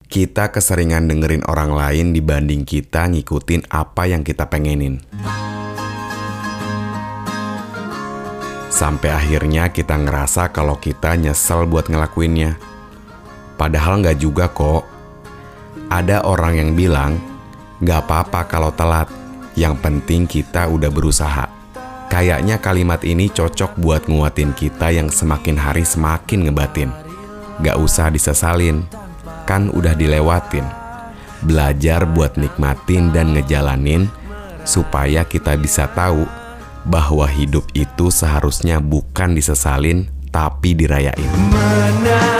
Kita keseringan dengerin orang lain dibanding kita ngikutin apa yang kita pengenin. Sampai akhirnya kita ngerasa kalau kita nyesel buat ngelakuinnya. Padahal nggak juga kok. Ada orang yang bilang, nggak apa-apa kalau telat. Yang penting kita udah berusaha. Kayaknya kalimat ini cocok buat nguatin kita yang semakin hari semakin ngebatin. Nggak usah disesalin. Kan udah dilewatin. Belajar buat nikmatin dan ngejalanin supaya kita bisa tahu bahwa hidup itu seharusnya bukan disesalin tapi dirayain.